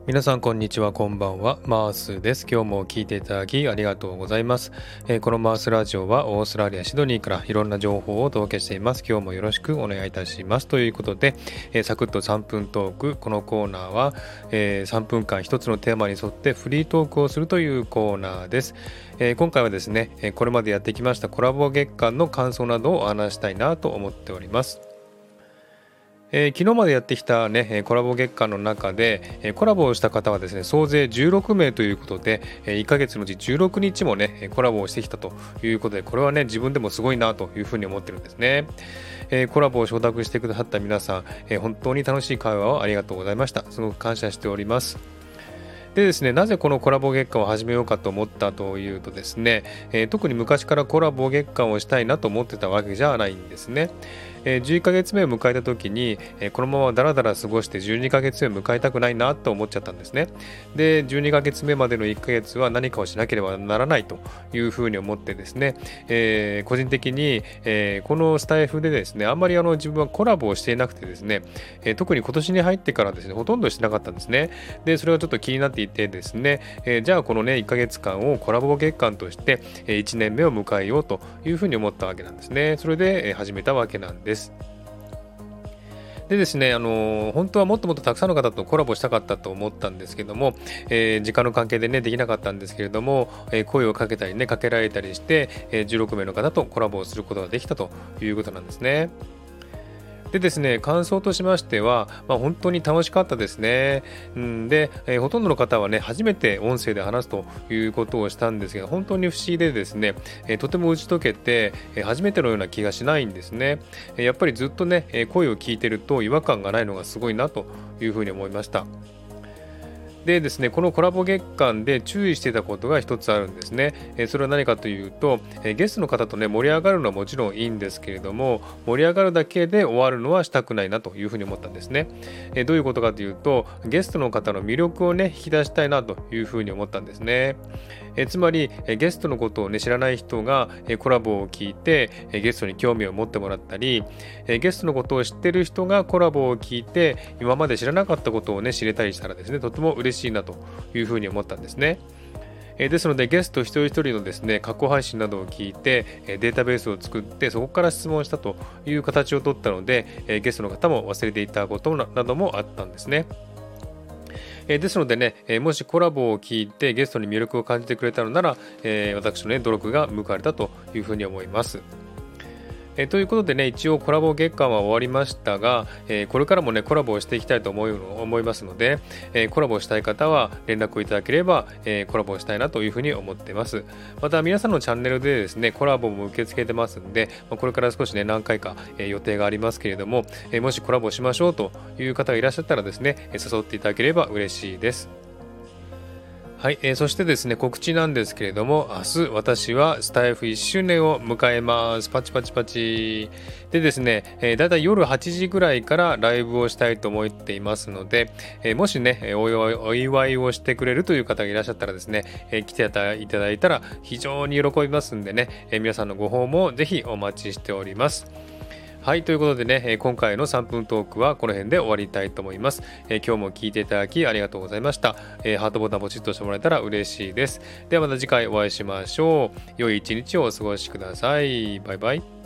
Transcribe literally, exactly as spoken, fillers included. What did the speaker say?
皆さんこんにちは、こんばんは。マースです。今日も聞いていただきありがとうございます。えーこのマースラジオはオーストラリア・シドニーからいろんな情報をお届けしています。今日もよろしくお願いいたします。ということで、えーサクッとさんぷんトーク。このコーナーは、えーさんぷんかん一つのテーマに沿ってフリートークをするというコーナーです。えー今回はですね、えーこれまでやってきましたコラボ月間の感想などをお話したいなと思っております。えー昨日までやってきた、ね、えーコラボ月間の中で、えーコラボをした方はですね、総勢じゅうろくめいということで、えーいっかげつのうちじゅうろくにちもね、えーコラボをしてきたということで、これはね、自分でもすごいなというふうに思ってるんですね。えーコラボを承諾してくださった皆さん、えー本当に楽しい会話をありがとうございました。すごく感謝しております。でですね、なぜこのコラボ月間を始めようかと思ったというとですね、えー特に昔からコラボ月間をしたいなと思ってたわけじゃないんですね。えーじゅういっかげつめを迎えた時に、えーこのままダラダラ過ごしてじゅうにかげつめを迎えたくないなと思っちゃったんですね。で、じゅうにかげつめまでのいっかげつは何かをしなければならないというふうに思ってですね、えー個人的に、えーこのスタイフでですね、あんまりあの自分はコラボをしていなくてですね、えー特に今年に入ってからですね、ほとんどしてなかったんですね。で、それがちょっと気になっていてですね、えーじゃあこのね、いっかげつかんをコラボ月間として、えーいちねんめを迎えようというふうに思ったわけなんですね。それで、えー始めたわけなんです。でですね、あのー本当はもっともっとたくさんの方とコラボしたかったと思ったんですけども、えー時間の関係でね、できなかったんですけれども、えー声をかけたりね、かけられたりして、えーじゅうろくめいの方とコラボをすることができたということなんですね。でですね、感想としましては、まあ、本当に楽しかったですね。うん、で、えーほとんどの方はね、初めて音声で話すということをしたんですが、本当に不思議でですね、えーとても打ち解けて、えー初めてのような気がしないんですね。えーやっぱりずっとね、えー声を聞いてると違和感がないのがすごいなというふうに思いました。でですね、このコラボ月間で注意していたことが一つあるんですね。えーそれは何かというと、えーゲストの方とね、盛り上がるのはもちろんいいんですけれども、盛り上がるだけで終わるのはしたくないなというふうに思ったんですね。えーどういうことかというと、ゲストの方の魅力をね、引き出したいなというふうに思ったんですね。えーつまり、えーゲストのことをね、知らない人が、えーコラボを聞いて、えーゲストに興味を持ってもらったり、えーゲストのことを知ってる人がコラボを聞いて、今まで知らなかったことをね、知れたりしたらですね、とても嬉しいなというふうに思ったんですね。えーですので、ゲスト一人一人のですね、過去配信などを聞いて、えーデータベースを作って、そこから質問したという形をとったので、えーゲストの方も忘れていたことななどもあったんですね。えーですのでね、えーもしコラボを聞いてゲストに魅力を感じてくれたのなら、えー私のね、努力が報われたというふうに思います。えーということでね、一応コラボ月間は終わりましたが、えーこれからもね、コラボをしていきたいと思うの思いますので、えーコラボしたい方は連絡をいただければ、えーコラボをしたいなというふうに思っています。また皆さんのチャンネルでですね、コラボも受け付けてますんで、まあこれから少しね、何回か、えー予定がありますけれども、えーもしコラボしましょうという方がいらっしゃったらですね、えー誘っていただければ嬉しいです。はい、えーそしてですね、告知なんですけれども、明日私はスタイフいっしゅうねんを迎えます。パチパチパチ。でですね、えー、だいたい夜はちじぐらいからライブをしたいと思っていますので、えーもしね、えーお祝い、お祝いをしてくれるという方がいらっしゃったらですね、えー来ていただいたら非常に喜びますんでね、えー皆さんのご訪問をぜひお待ちしております。はい、ということでね、えー今回のさんぷんトークはこの辺で終わりたいと思います。えー今日も聞いていただきありがとうございました。えーハートボタンポチッとしてもらえたら嬉しいです。ではまた次回お会いしましょう。良い一日をお過ごしください。バイバイ。